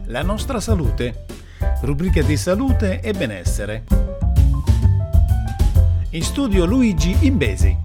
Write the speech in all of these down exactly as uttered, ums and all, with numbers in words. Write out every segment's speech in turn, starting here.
La nostra salute, rubrica di salute e benessere. In studio Luigi Imbesi.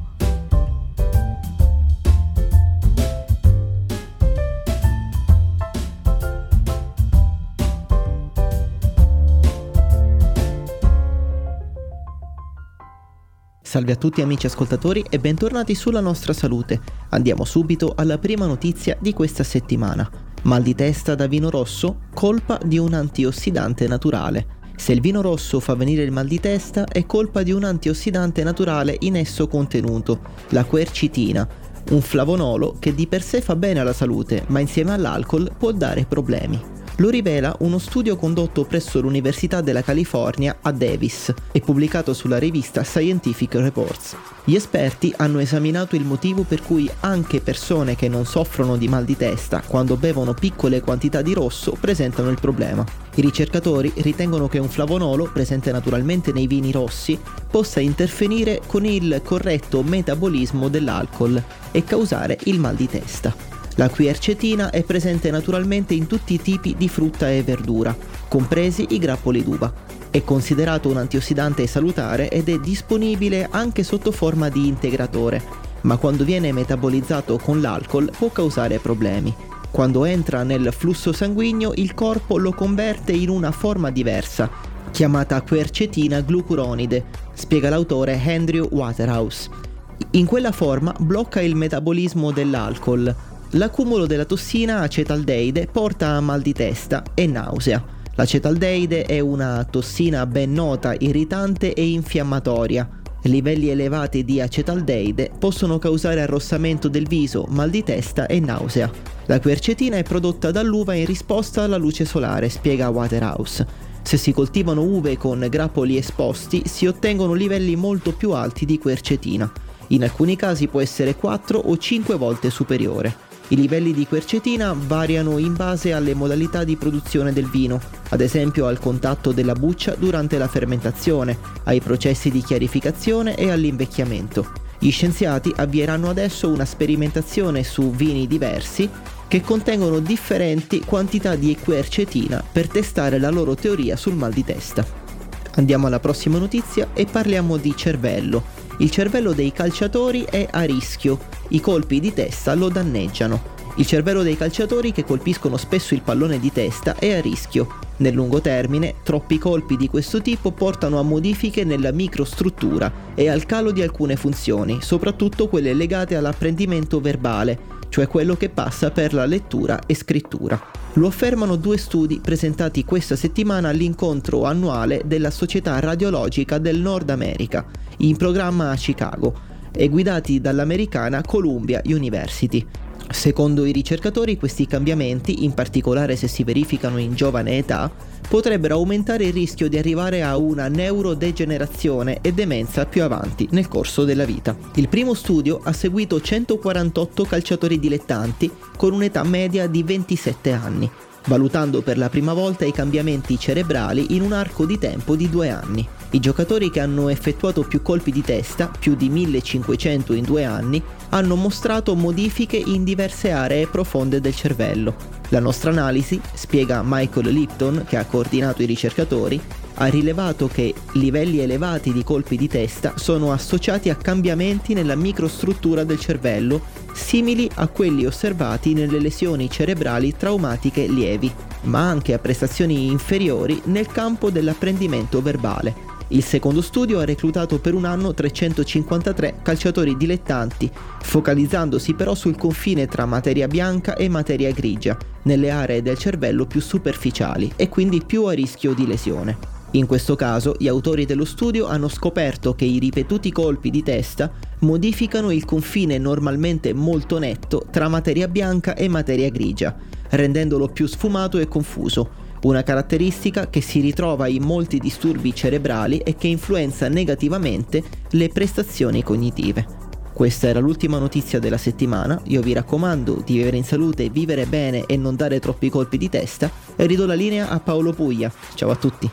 Salve a tutti amici ascoltatori e bentornati sulla nostra salute. Andiamo subito alla prima notizia di questa settimana. Mal di testa da vino rosso? Colpa di un antiossidante naturale. Se il vino rosso fa venire il mal di testa è colpa di un antiossidante naturale in esso contenuto, la quercitina, un flavonolo che di per sé fa bene alla salute, ma insieme all'alcol può dare problemi. Lo rivela uno studio condotto presso l'Università della California a Davis e pubblicato sulla rivista Scientific Reports. Gli esperti hanno esaminato il motivo per cui anche persone che non soffrono di mal di testa, quando bevono piccole quantità di rosso, presentano il problema. I ricercatori ritengono che un flavonolo, presente naturalmente nei vini rossi, possa interferire con il corretto metabolismo dell'alcol e causare il mal di testa. La quercetina è presente naturalmente in tutti i tipi di frutta e verdura, compresi i grappoli d'uva. È considerato un antiossidante salutare ed è disponibile anche sotto forma di integratore, ma quando viene metabolizzato con l'alcol può causare problemi. Quando entra nel flusso sanguigno, il corpo lo converte in una forma diversa, chiamata quercetina glucuronide, spiega l'autore Andrew Waterhouse. In quella forma blocca il metabolismo dell'alcol. L'accumulo della tossina acetaldeide porta a mal di testa e nausea. L'acetaldeide è una tossina ben nota, irritante e infiammatoria. Livelli elevati di acetaldeide possono causare arrossamento del viso, mal di testa e nausea. La quercetina è prodotta dall'uva in risposta alla luce solare, spiega Waterhouse. Se si coltivano uve con grappoli esposti, si ottengono livelli molto più alti di quercetina. In alcuni casi può essere quattro o cinque volte superiore. I livelli di quercetina variano in base alle modalità di produzione del vino, ad esempio al contatto della buccia durante la fermentazione, ai processi di chiarificazione e all'invecchiamento. Gli scienziati avvieranno adesso una sperimentazione su vini diversi che contengono differenti quantità di quercetina per testare la loro teoria sul mal di testa. Andiamo alla prossima notizia e parliamo di cervello. Il cervello dei calciatori è a rischio, i colpi di testa lo danneggiano. Il cervello dei calciatori che colpiscono spesso il pallone di testa è a rischio. Nel lungo termine, troppi colpi di questo tipo portano a modifiche nella microstruttura e al calo di alcune funzioni, soprattutto quelle legate all'apprendimento verbale, cioè quello che passa per la lettura e scrittura. Lo affermano due studi presentati questa settimana all'incontro annuale della Società Radiologica del Nord America, in programma a Chicago, e guidati dall'americana Columbia University. Secondo i ricercatori, questi cambiamenti, in particolare se si verificano in giovane età, potrebbero aumentare il rischio di arrivare a una neurodegenerazione e demenza più avanti nel corso della vita. Il primo studio ha seguito centoquarantotto calciatori dilettanti con un'età media di ventisette anni, valutando per la prima volta i cambiamenti cerebrali in un arco di tempo di due anni. I giocatori che hanno effettuato più colpi di testa, più di millecinquecento in due anni, hanno mostrato modifiche in diverse aree profonde del cervello. La nostra analisi, spiega Michael Lipton, che ha coordinato i ricercatori, ha rilevato che livelli elevati di colpi di testa sono associati a cambiamenti nella microstruttura del cervello, simili a quelli osservati nelle lesioni cerebrali traumatiche lievi, ma anche a prestazioni inferiori nel campo dell'apprendimento verbale. Il secondo studio ha reclutato per un anno trecentocinquantatré calciatori dilettanti, focalizzandosi però sul confine tra materia bianca e materia grigia, nelle aree del cervello più superficiali e quindi più a rischio di lesione. In questo caso, gli autori dello studio hanno scoperto che i ripetuti colpi di testa modificano il confine normalmente molto netto tra materia bianca e materia grigia, rendendolo più sfumato e confuso. Una caratteristica che si ritrova in molti disturbi cerebrali e che influenza negativamente le prestazioni cognitive. Questa era l'ultima notizia della settimana. Io vi raccomando di vivere in salute, vivere bene e non dare troppi colpi di testa, e ridò la linea a Paolo Puglia. Ciao a tutti.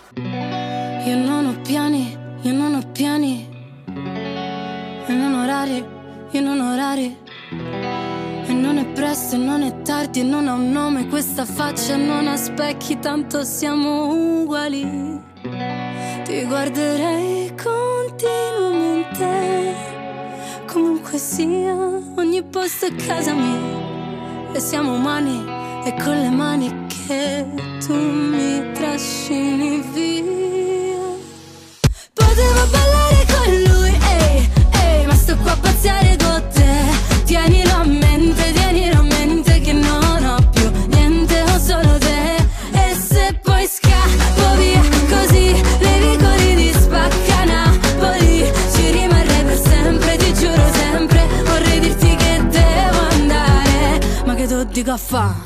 Io non ho piani, io non ho piani, io non ho orari, io non ho orari, e non è presto presto e non è tardi e non ha un nome questa faccia, non ha specchi, tanto siamo uguali. Ti guarderei continuamente, comunque sia, ogni posto è casa mia. E siamo umani e con le mani che tu mi trascini via. Potevo ballare con lui, ehi, ehi, ma sto qua a pazziare con te. Tienilo a mente, tienilo a mente che non ho più niente, ho solo te. E se poi scappo via così, nei vicoli di Spacca Napoli, ci rimarrei per sempre, ti giuro sempre. Vorrei dirti che devo andare, ma che tu dico a fa'?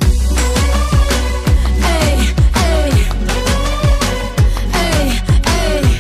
Ehi, ehi, ehi, ehi.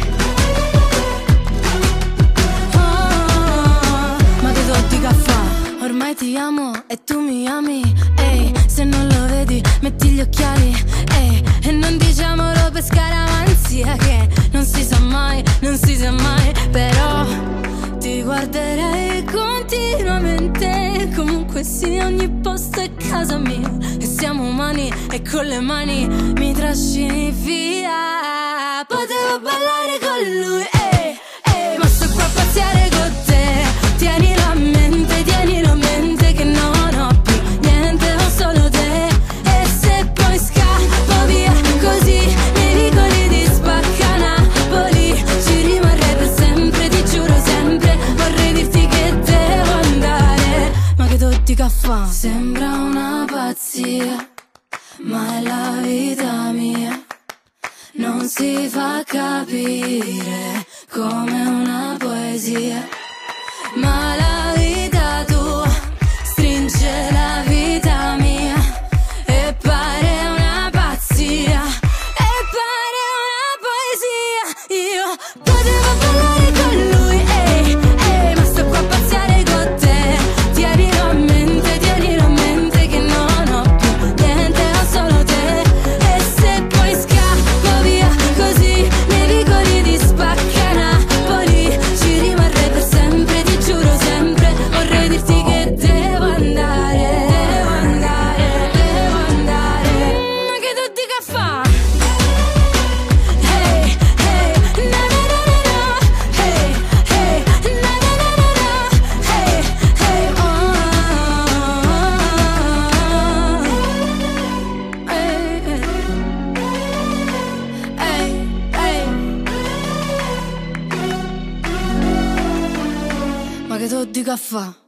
Oh, ma che tu dico a fa'? Ormai ti amo e tu mi ami, ehi, se non lo vedi metti gli occhiali, ehi, e non diciamolo per scaramanzia che non si sa mai, non si sa mai, però ti guarderei continuamente, comunque sia, ogni posto è casa mia. E siamo umani e con le mani mi trascini via. Potevo ballare con lui, ehi, ehi, ma sto qua a pazziare con te. Tienilo a mente, tienilo a mente che non ho più niente, ho solo te. E se poi scappo via così, nei vicoli di Spacca Napoli, ci rimarrei per sempre, ti giuro sempre. Vorrei dirti che devo andare, ma che tu dica fa'? Sembra una pazzia, ma è la vita mia. Non si fa capire come una poesia, ma la vita tua stringe la vita mia e pare una pazzia, e pare una poesia. Io potevo ballare con lui, ehi, ehi, ma sto qua a pazziare con te. Tienilo a mente, tienilo a mente che non ho più niente, ho solo te. E se poi scappo via così, nei vicoli di Spacca Napoli, ci rimarrei per sempre, ti giuro sempre. Vorrei dirti che devo andare, devo andare, devo andare, ma che tu dica fa'? Hey, hey, na na na na na, hey, hey, na na na na na, hey, hey, oh, hey, hey, hey, ma che tu dica fa'?